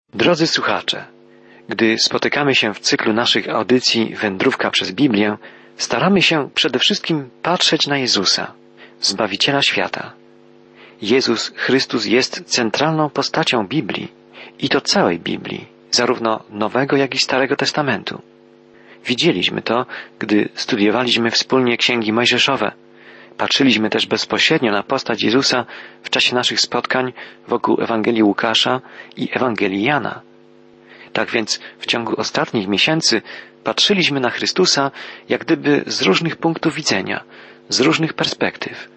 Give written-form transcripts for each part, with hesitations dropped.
Drodzy słuchacze, gdy spotykamy się w cyklu naszych audycji Wędrówka przez Biblię, staramy się przede wszystkim patrzeć na Jezusa, Zbawiciela świata. Jezus Chrystus jest centralną postacią Biblii i to całej Biblii, zarówno Nowego, jak i Starego Testamentu. Widzieliśmy to, gdy studiowaliśmy wspólnie Księgi Mojżeszowe. Patrzyliśmy też bezpośrednio na postać Jezusa w czasie naszych spotkań wokół Ewangelii Łukasza i Ewangelii Jana. Tak więc w ciągu ostatnich miesięcy patrzyliśmy na Chrystusa jak gdyby z różnych punktów widzenia, z różnych perspektyw.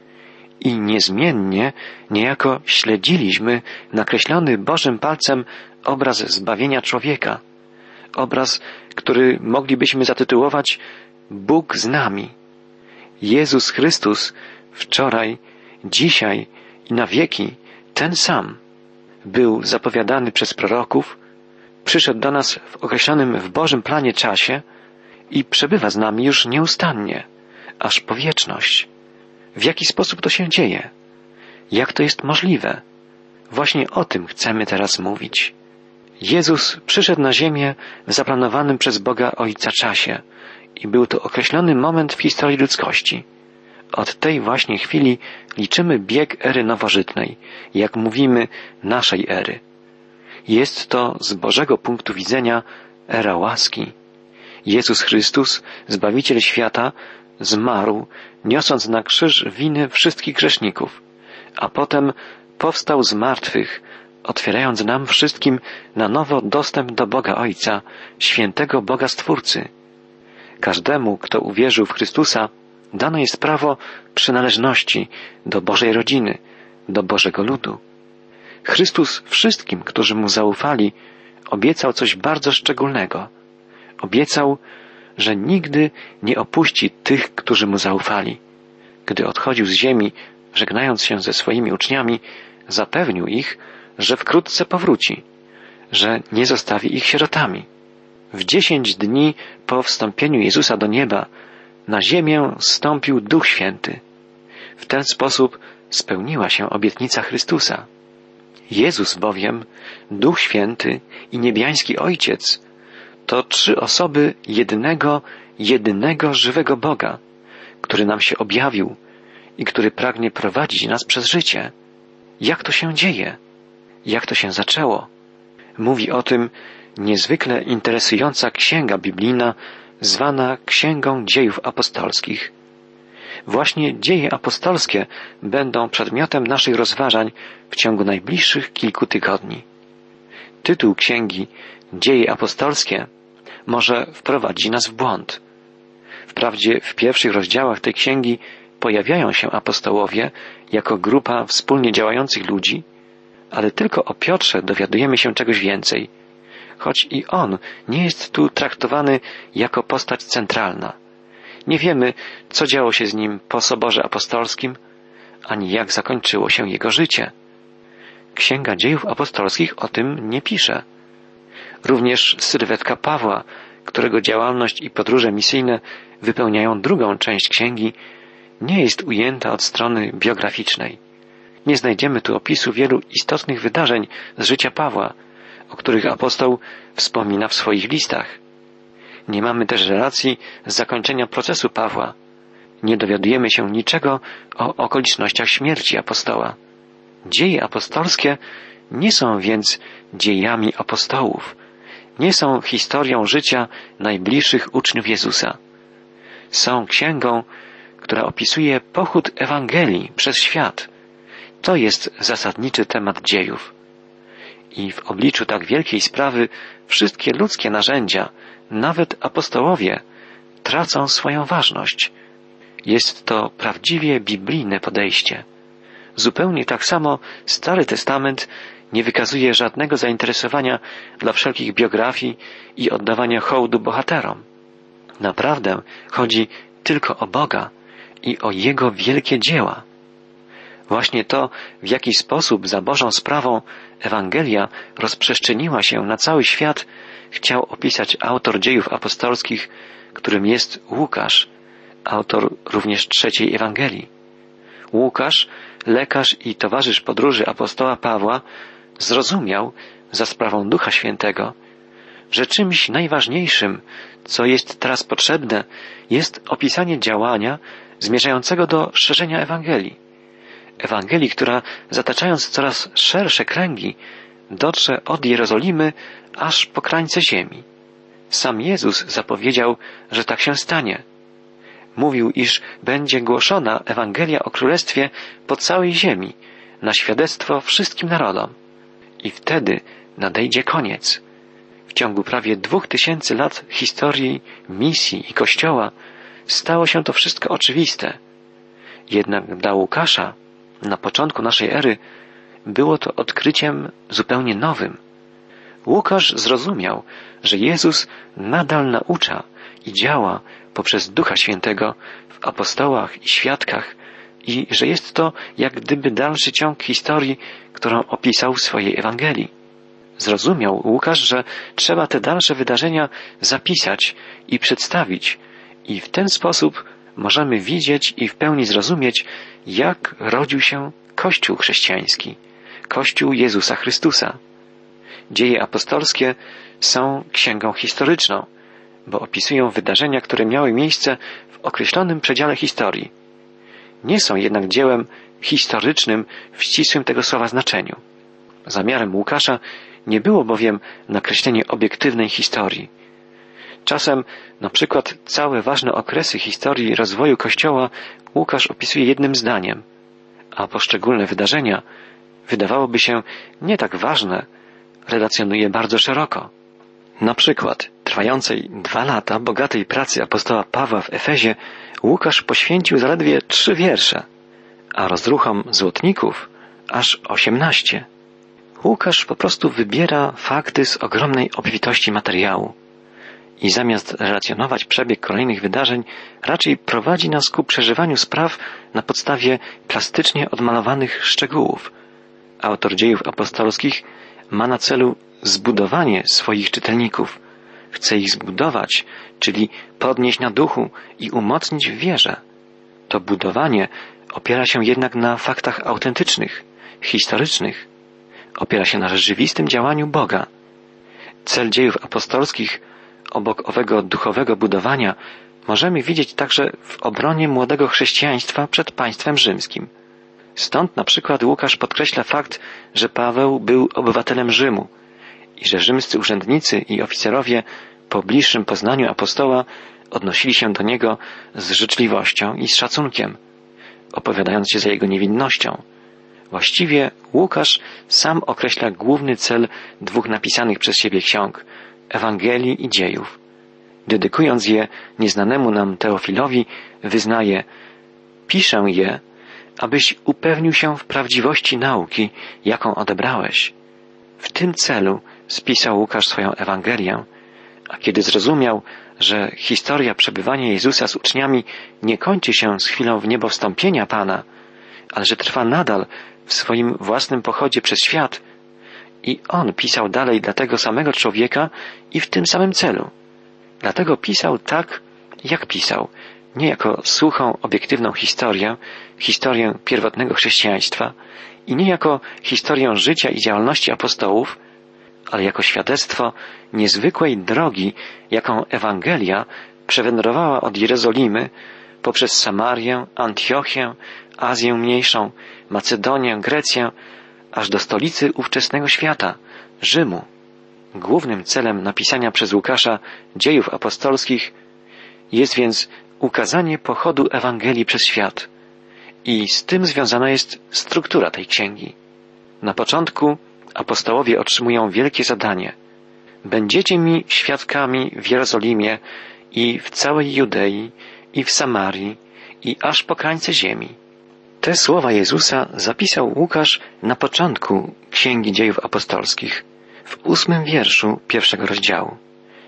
I niezmiennie niejako śledziliśmy nakreślony Bożym palcem obraz zbawienia człowieka. Obraz, który moglibyśmy zatytułować Bóg z nami. Jezus Chrystus wczoraj, dzisiaj i na wieki ten sam był zapowiadany przez proroków, przyszedł do nas w określonym w Bożym planie czasie i przebywa z nami już nieustannie, aż po wieczność. W jaki sposób to się dzieje? Jak to jest możliwe? Właśnie o tym chcemy teraz mówić. Jezus przyszedł na ziemię w zaplanowanym przez Boga Ojca czasie i był to określony moment w historii ludzkości. Od tej właśnie chwili liczymy bieg ery nowożytnej, jak mówimy, naszej ery. Jest to z Bożego punktu widzenia era łaski. Jezus Chrystus, Zbawiciel świata, zmarł, niosąc na krzyż winy wszystkich grzeszników, a potem powstał z martwych, otwierając nam wszystkim na nowo dostęp do Boga Ojca, świętego Boga Stwórcy. Każdemu, kto uwierzył w Chrystusa, dane jest prawo przynależności do Bożej rodziny, do Bożego ludu. Chrystus wszystkim, którzy Mu zaufali, obiecał coś bardzo szczególnego. Obiecał, że nigdy nie opuści tych, którzy Mu zaufali. Gdy odchodził z ziemi, żegnając się ze swoimi uczniami, zapewnił ich, że wkrótce powróci, że nie zostawi ich sierotami. W 10 dni po wstąpieniu Jezusa do nieba na ziemię zstąpił Duch Święty. W ten sposób spełniła się obietnica Chrystusa. Jezus bowiem, Duch Święty i niebiański Ojciec to 3 osoby jedynego żywego Boga, który nam się objawił i który pragnie prowadzić nas przez życie. Jak to się dzieje? Jak to się zaczęło? Mówi o tym niezwykle interesująca księga biblijna zwana Księgą Dziejów Apostolskich. Właśnie dzieje apostolskie będą przedmiotem naszych rozważań w ciągu najbliższych kilku tygodni. Tytuł księgi Dzieje Apostolskie może wprowadzić nas w błąd. Wprawdzie w pierwszych rozdziałach tej księgi pojawiają się apostołowie jako grupa wspólnie działających ludzi, ale tylko o Piotrze dowiadujemy się czegoś więcej, choć i on nie jest tu traktowany jako postać centralna. Nie wiemy, co działo się z nim po Soborze Apostolskim, ani jak zakończyło się jego życie. Księga Dziejów Apostolskich o tym nie pisze. Również sylwetka Pawła, którego działalność i podróże misyjne wypełniają drugą część księgi, nie jest ujęta od strony biograficznej. Nie znajdziemy tu opisu wielu istotnych wydarzeń z życia Pawła, o których apostoł wspomina w swoich listach. Nie mamy też relacji z zakończenia procesu Pawła. Nie dowiadujemy się niczego o okolicznościach śmierci apostoła. Dzieje apostolskie nie są więc dziejami apostołów. Nie są historią życia najbliższych uczniów Jezusa. Są księgą, która opisuje pochód Ewangelii przez świat. To jest zasadniczy temat dziejów. I w obliczu tak wielkiej sprawy wszystkie ludzkie narzędzia, nawet apostołowie, tracą swoją ważność. Jest to prawdziwie biblijne podejście. Zupełnie tak samo Stary Testament nie wykazuje żadnego zainteresowania dla wszelkich biografii i oddawania hołdu bohaterom. Naprawdę chodzi tylko o Boga i o Jego wielkie dzieła. Właśnie to, w jaki sposób za Bożą sprawą Ewangelia rozprzestrzeniła się na cały świat, chciał opisać autor Dziejów Apostolskich, którym jest Łukasz, autor również 3. Ewangelii. Łukasz, lekarz i towarzysz podróży apostoła Pawła, zrozumiał, za sprawą Ducha Świętego, że czymś najważniejszym, co jest teraz potrzebne, jest opisanie działania zmierzającego do szerzenia Ewangelii. Ewangelii, która zataczając coraz szersze kręgi, dotrze od Jerozolimy aż po krańce ziemi. Sam Jezus zapowiedział, że tak się stanie. Mówił, iż będzie głoszona Ewangelia o Królestwie po całej ziemi, na świadectwo wszystkim narodom. I wtedy nadejdzie koniec. W ciągu prawie 2000 lat historii, misji i Kościoła stało się to wszystko oczywiste. Jednak dla Łukasza, na początku naszej ery, było to odkryciem zupełnie nowym. Łukasz zrozumiał, że Jezus nadal naucza i działa poprzez Ducha Świętego w apostołach i świadkach i że jest to jak gdyby dalszy ciąg historii, którą opisał w swojej Ewangelii. Zrozumiał Łukasz, że trzeba te dalsze wydarzenia zapisać i przedstawić i w ten sposób możemy widzieć i w pełni zrozumieć, jak rodził się Kościół chrześcijański, Kościół Jezusa Chrystusa. Dzieje apostolskie są księgą historyczną, bo opisują wydarzenia, które miały miejsce w określonym przedziale historii. Nie są jednak dziełem historycznym w ścisłym tego słowa znaczeniu. Zamiarem Łukasza nie było bowiem nakreślenie obiektywnej historii. Czasem, na przykład, całe ważne okresy historii rozwoju Kościoła Łukasz opisuje jednym zdaniem, a poszczególne wydarzenia, wydawałoby się nie tak ważne, relacjonuje bardzo szeroko. Na przykład trwającej 2 lata bogatej pracy apostoła Pawła w Efezie Łukasz poświęcił zaledwie 3 wiersze, a rozruchom złotników aż 18. Łukasz po prostu wybiera fakty z ogromnej obfitości materiału i zamiast relacjonować przebieg kolejnych wydarzeń, raczej prowadzi nas ku przeżywaniu spraw na podstawie plastycznie odmalowanych szczegółów. Autor Dziejów Apostolskich ma na celu zbudowanie swoich czytelników. Chce ich zbudować, czyli podnieść na duchu i umocnić w wierze. To budowanie opiera się jednak na faktach autentycznych, historycznych. Opiera się na rzeczywistym działaniu Boga. Cel Dziejów Apostolskich, obok owego duchowego budowania, możemy widzieć także w obronie młodego chrześcijaństwa przed państwem rzymskim. Stąd na przykład Łukasz podkreśla fakt, że Paweł był obywatelem Rzymu i że rzymscy urzędnicy i oficerowie po bliższym poznaniu apostoła odnosili się do niego z życzliwością i z szacunkiem, opowiadając się za jego niewinnością. Właściwie Łukasz sam określa główny cel 2 napisanych przez siebie ksiąg, Ewangelii i Dziejów. Dedykując je nieznanemu nam Teofilowi, wyznaje: piszę je, abyś upewnił się w prawdziwości nauki, jaką odebrałeś. W tym celu spisał Łukasz swoją Ewangelię, a kiedy zrozumiał, że historia przebywania Jezusa z uczniami nie kończy się z chwilą wniebowstąpienia Pana, ale że trwa nadal w swoim własnym pochodzie przez świat, i on pisał dalej dla tego samego człowieka i w tym samym celu. Dlatego pisał tak, jak pisał, nie jako suchą, obiektywną historię pierwotnego chrześcijaństwa i nie jako historię życia i działalności apostołów, ale jako świadectwo niezwykłej drogi, jaką Ewangelia przewędrowała od Jerozolimy poprzez Samarię, Antiochię, Azję Mniejszą, Macedonię, Grecję, aż do stolicy ówczesnego świata, Rzymu. Głównym celem napisania przez Łukasza Dziejów Apostolskich jest więc ukazanie pochodu Ewangelii przez świat. I z tym związana jest struktura tej księgi. Na początku apostołowie otrzymują wielkie zadanie. Będziecie mi świadkami w Jerozolimie i w całej Judei i w Samarii i aż po krańce ziemi. Te słowa Jezusa zapisał Łukasz na początku Księgi Dziejów Apostolskich, w 8 wierszu 1 rozdziału.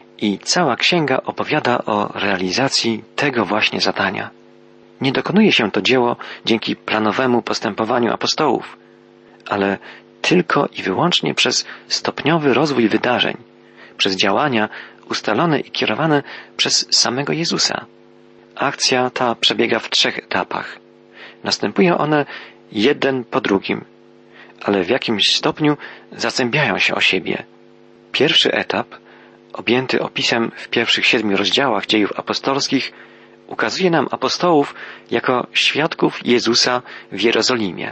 I cała księga opowiada o realizacji tego właśnie zadania. Nie dokonuje się to dzieło dzięki planowemu postępowaniu apostołów, ale tylko i wyłącznie przez stopniowy rozwój wydarzeń, przez działania ustalone i kierowane przez samego Jezusa. Akcja ta przebiega w 3 etapach. Następują one jeden po drugim, ale w jakimś stopniu zazębiają się o siebie. Pierwszy etap, objęty opisem w pierwszych 7 rozdziałach Dziejów Apostolskich, ukazuje nam apostołów jako świadków Jezusa w Jerozolimie,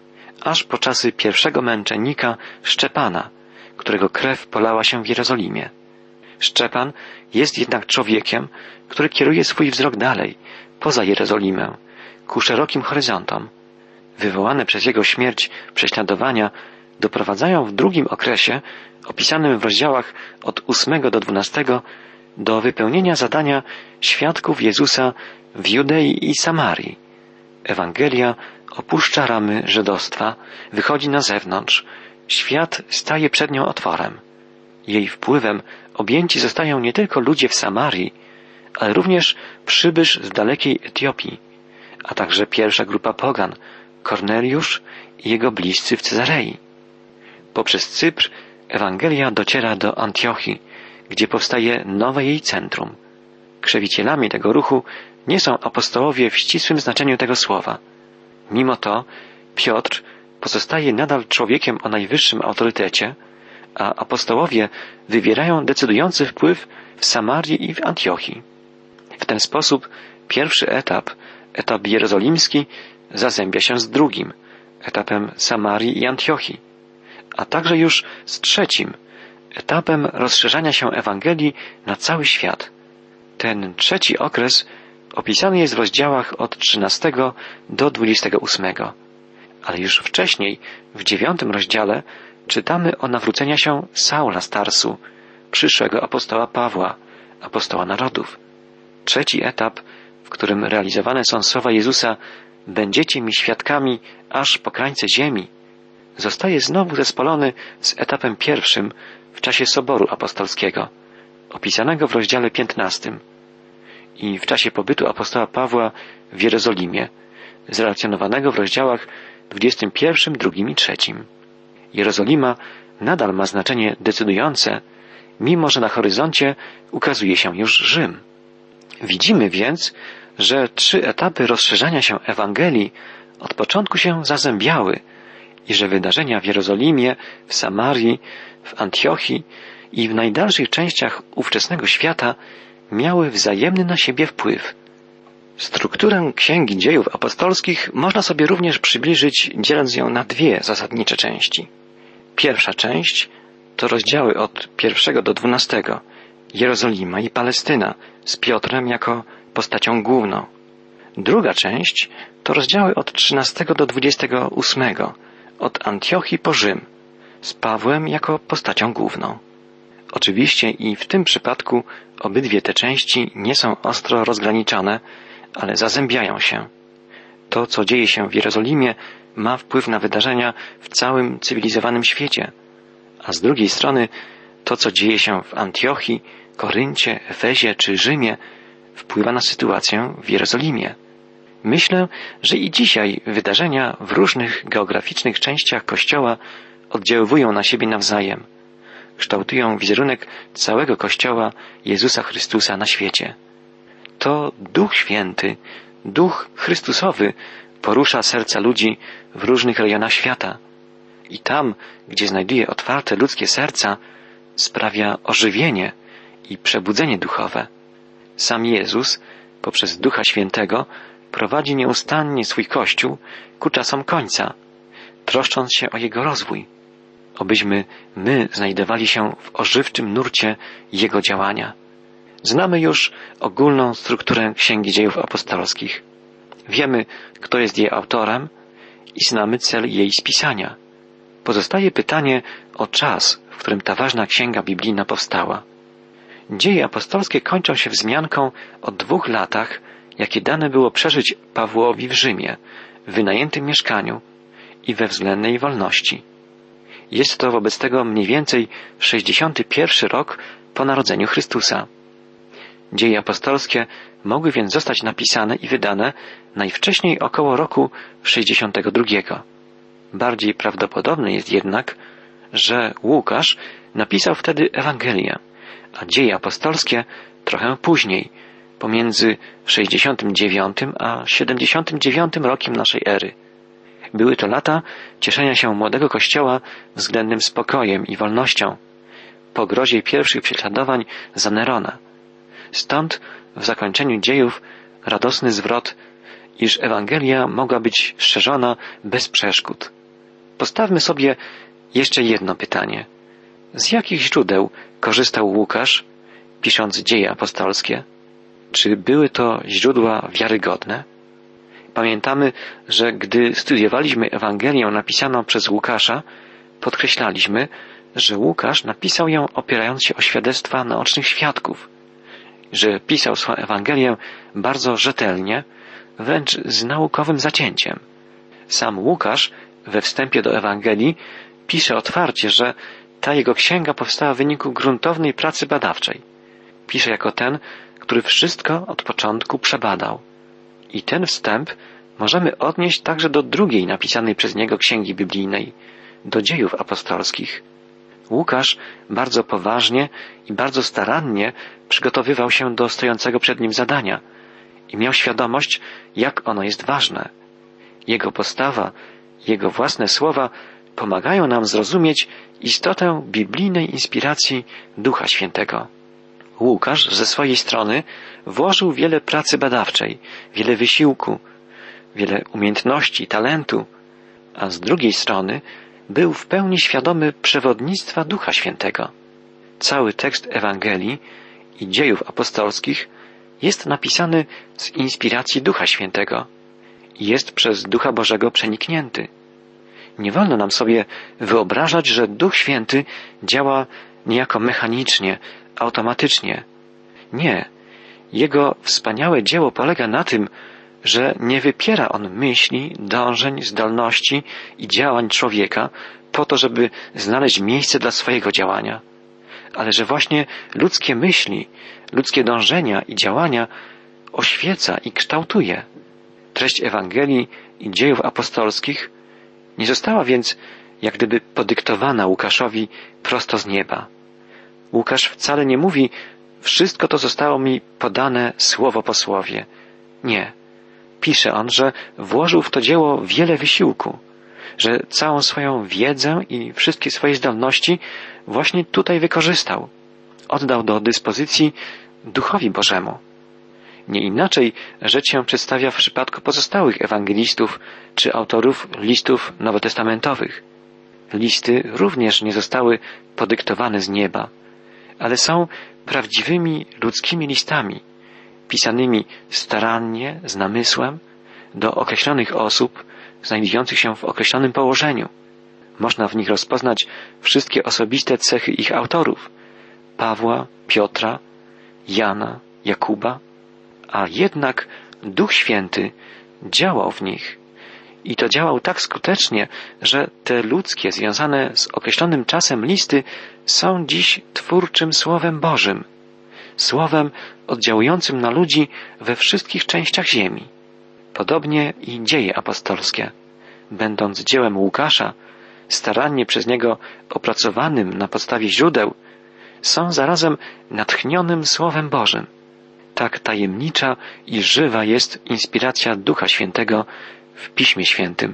aż po czasy pierwszego męczennika Szczepana, którego krew polała się w Jerozolimie. Szczepan jest jednak człowiekiem, który kieruje swój wzrok dalej, poza Jerozolimę, ku szerokim horyzontom. Wywołane przez jego śmierć prześladowania doprowadzają w drugim okresie, opisanym w rozdziałach od 8 do 12, do wypełnienia zadania świadków Jezusa w Judei i Samarii. Ewangelia opuszcza ramy żydostwa, wychodzi na zewnątrz, świat staje przed nią otworem. Jej wpływem objęci zostają nie tylko ludzie w Samarii, ale również przybysz z dalekiej Etiopii, a także pierwsza grupa pogan, Korneliusz i jego bliscy w Cezarei. Poprzez Cypr Ewangelia dociera do Antiochii, gdzie powstaje nowe jej centrum. Krzewicielami tego ruchu nie są apostołowie w ścisłym znaczeniu tego słowa. Mimo to Piotr pozostaje nadal człowiekiem o najwyższym autorytecie, a apostołowie wywierają decydujący wpływ w Samarii i w Antiochii. W ten sposób pierwszy etap jerozolimski, zazębia się z drugim, etapem Samarii i Antiochii, a także już z trzecim, etapem rozszerzania się Ewangelii na cały świat. Ten trzeci okres opisany jest w rozdziałach od 13 do 28, ale już wcześniej, w 9 rozdziale, czytamy o nawrócenia się Saula z Tarsu, przyszłego apostoła Pawła, apostoła narodów. Trzeci etap, w którym realizowane są słowa Jezusa: będziecie mi świadkami aż po krańce ziemi, zostaje znowu zespolony z etapem pierwszym w czasie Soboru Apostolskiego, opisanego w rozdziale 15 i w czasie pobytu apostoła Pawła w Jerozolimie, zrelacjonowanego w rozdziałach 21, 2 i 3. Jerozolima nadal ma znaczenie decydujące, mimo że na horyzoncie ukazuje się już Rzym. Widzimy więc, że 3 etapy rozszerzania się Ewangelii od początku się zazębiały i że wydarzenia w Jerozolimie, w Samarii, w Antiochii i w najdalszych częściach ówczesnego świata miały wzajemny na siebie wpływ. Strukturę Księgi Dziejów Apostolskich można sobie również przybliżyć, dzieląc ją na 2 zasadnicze części. Pierwsza część to rozdziały od 1 do 12, Jerozolima i Palestyna, z Piotrem jako postacią główną. Druga część to rozdziały od 13 do 28, od Antiochii po Rzym, z Pawłem jako postacią główną. Oczywiście i w tym przypadku obydwie te części nie są ostro rozgraniczone, ale zazębiają się. To, co dzieje się w Jerozolimie, ma wpływ na wydarzenia w całym cywilizowanym świecie, a z drugiej strony to, co dzieje się w Antiochii, Koryncie, Efezie czy Rzymie, wpływa na sytuację w Jerozolimie. Myślę, że i dzisiaj wydarzenia w różnych geograficznych częściach Kościoła oddziaływują na siebie nawzajem, kształtują wizerunek całego Kościoła Jezusa Chrystusa na świecie. To Duch Święty, Duch Chrystusowy porusza serca ludzi w różnych rejonach świata i tam, gdzie znajduje otwarte ludzkie serca, sprawia ożywienie i przebudzenie duchowe. Sam Jezus, poprzez Ducha Świętego, prowadzi nieustannie swój Kościół ku czasom końca, troszcząc się o jego rozwój, obyśmy my znajdowali się w ożywczym nurcie jego działania. Znamy już ogólną strukturę Księgi Dziejów Apostolskich. Wiemy, kto jest jej autorem i znamy cel jej spisania. Pozostaje pytanie o czas, w którym ta ważna księga biblijna powstała. Dzieje apostolskie kończą się wzmianką o 2 latach, jakie dane było przeżyć Pawłowi w Rzymie, w wynajętym mieszkaniu i we względnej wolności. Jest to wobec tego mniej więcej 61 rok po narodzeniu Chrystusa. Dzieje apostolskie mogły więc zostać napisane i wydane najwcześniej około roku 62. Bardziej prawdopodobne jest jednak, że Łukasz napisał wtedy Ewangelię, a Dzieje apostolskie trochę później, pomiędzy 69 a 79 rokiem naszej ery. Były to lata cieszenia się młodego Kościoła względnym spokojem i wolnością, po grozie pierwszych prześladowań za Nerona. Stąd w zakończeniu dziejów radosny zwrot, iż Ewangelia mogła być szerzona bez przeszkód. Postawmy sobie jeszcze jedno pytanie. Z jakich źródeł korzystał Łukasz, pisząc Dzieje apostolskie? Czy były to źródła wiarygodne? Pamiętamy, że gdy studiowaliśmy Ewangelię napisaną przez Łukasza, podkreślaliśmy, że Łukasz napisał ją opierając się o świadectwa naocznych świadków, że pisał swoją Ewangelię bardzo rzetelnie, wręcz z naukowym zacięciem. Sam Łukasz we wstępie do Ewangelii pisze otwarcie, że ta jego księga powstała w wyniku gruntownej pracy badawczej. Pisze jako ten, który wszystko od początku przebadał. I ten wstęp możemy odnieść także do drugiej napisanej przez niego księgi biblijnej, do Dziejów apostolskich. Łukasz bardzo poważnie i bardzo starannie przygotowywał się do stojącego przed nim zadania i miał świadomość, jak ono jest ważne. Jego postawa, jego własne słowa pomagają nam zrozumieć istotę biblijnej inspiracji Ducha Świętego. Łukasz ze swojej strony włożył wiele pracy badawczej, wiele wysiłku, wiele umiejętności, talentu, a z drugiej strony był w pełni świadomy przewodnictwa Ducha Świętego. Cały tekst Ewangelii i Dziejów apostolskich jest napisany z inspiracji Ducha Świętego i jest przez Ducha Bożego przeniknięty. Nie wolno nam sobie wyobrażać, że Duch Święty działa niejako mechanicznie, automatycznie. Nie. Jego wspaniałe dzieło polega na tym, że nie wypiera on myśli, dążeń, zdolności i działań człowieka po to, żeby znaleźć miejsce dla swojego działania, ale że właśnie ludzkie myśli, ludzkie dążenia i działania oświeca i kształtuje. Treść Ewangelii i Dziejów apostolskich nie została więc jak gdyby podyktowana Łukaszowi prosto z nieba. Łukasz wcale nie mówi, wszystko to zostało mi podane słowo po słowie. Nie. Pisze on, że włożył w to dzieło wiele wysiłku, że całą swoją wiedzę i wszystkie swoje zdolności właśnie tutaj wykorzystał. Oddał do dyspozycji Duchowi Bożemu. Nie inaczej rzecz się przedstawia w przypadku pozostałych ewangelistów czy autorów listów nowotestamentowych. Listy również nie zostały podyktowane z nieba, ale są prawdziwymi ludzkimi listami, pisanymi starannie, z namysłem, do określonych osób, znajdujących się w określonym położeniu. Można w nich rozpoznać wszystkie osobiste cechy ich autorów: Pawła, Piotra, Jana, Jakuba, a jednak Duch Święty działał w nich. I to działał tak skutecznie, że te ludzkie, związane z określonym czasem listy są dziś twórczym Słowem Bożym, Słowem oddziałującym na ludzi we wszystkich częściach ziemi. Podobnie i Dzieje apostolskie, będąc dziełem Łukasza, starannie przez niego opracowanym na podstawie źródeł, są zarazem natchnionym Słowem Bożym. Tak tajemnicza i żywa jest inspiracja Ducha Świętego w Piśmie Świętym.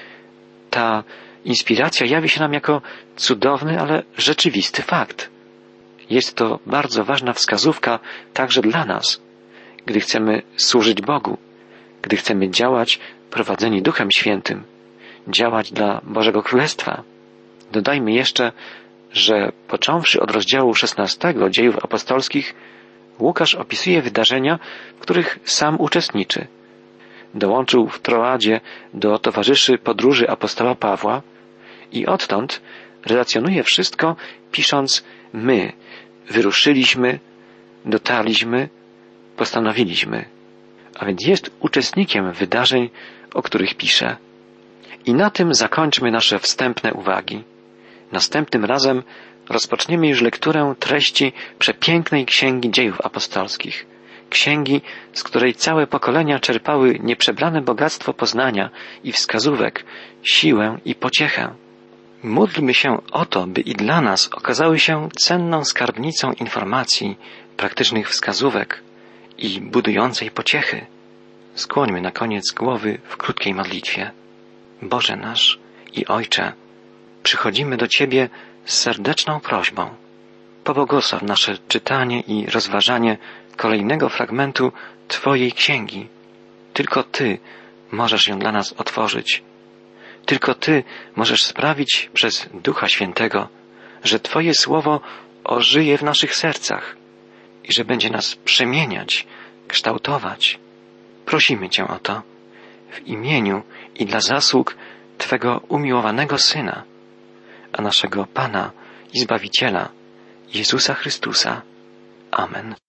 Ta inspiracja jawi się nam jako cudowny, ale rzeczywisty fakt. Jest to bardzo ważna wskazówka także dla nas, gdy chcemy służyć Bogu, gdy chcemy działać prowadzeni Duchem Świętym, działać dla Bożego Królestwa. Dodajmy jeszcze, że począwszy od rozdziału 16 Dziejów apostolskich, Łukasz opisuje wydarzenia, w których sam uczestniczy. Dołączył w Troadzie do towarzyszy podróży apostoła Pawła i odtąd relacjonuje wszystko, pisząc: my wyruszyliśmy, dotarliśmy, postanowiliśmy. A więc jest uczestnikiem wydarzeń, o których pisze. I na tym zakończmy nasze wstępne uwagi. Następnym razem rozpoczniemy już lekturę treści przepięknej Księgi Dziejów Apostolskich. Księgi, z której całe pokolenia czerpały nieprzebrane bogactwo poznania i wskazówek, siłę i pociechę. Módlmy się o to, by i dla nas okazały się cenną skarbnicą informacji, praktycznych wskazówek i budującej pociechy. Skłońmy na koniec głowy w krótkiej modlitwie. Boże nasz i Ojcze, przychodzimy do Ciebie z serdeczną prośbą. Pobłogosław nasze czytanie i rozważanie kolejnego fragmentu Twojej księgi. Tylko Ty możesz ją dla nas otworzyć. Tylko Ty możesz sprawić przez Ducha Świętego, że Twoje słowo ożyje w naszych sercach i że będzie nas przemieniać, kształtować. Prosimy Cię o to w imieniu i dla zasług Twego umiłowanego Syna, a naszego Pana i Zbawiciela, Jezusa Chrystusa. Amen.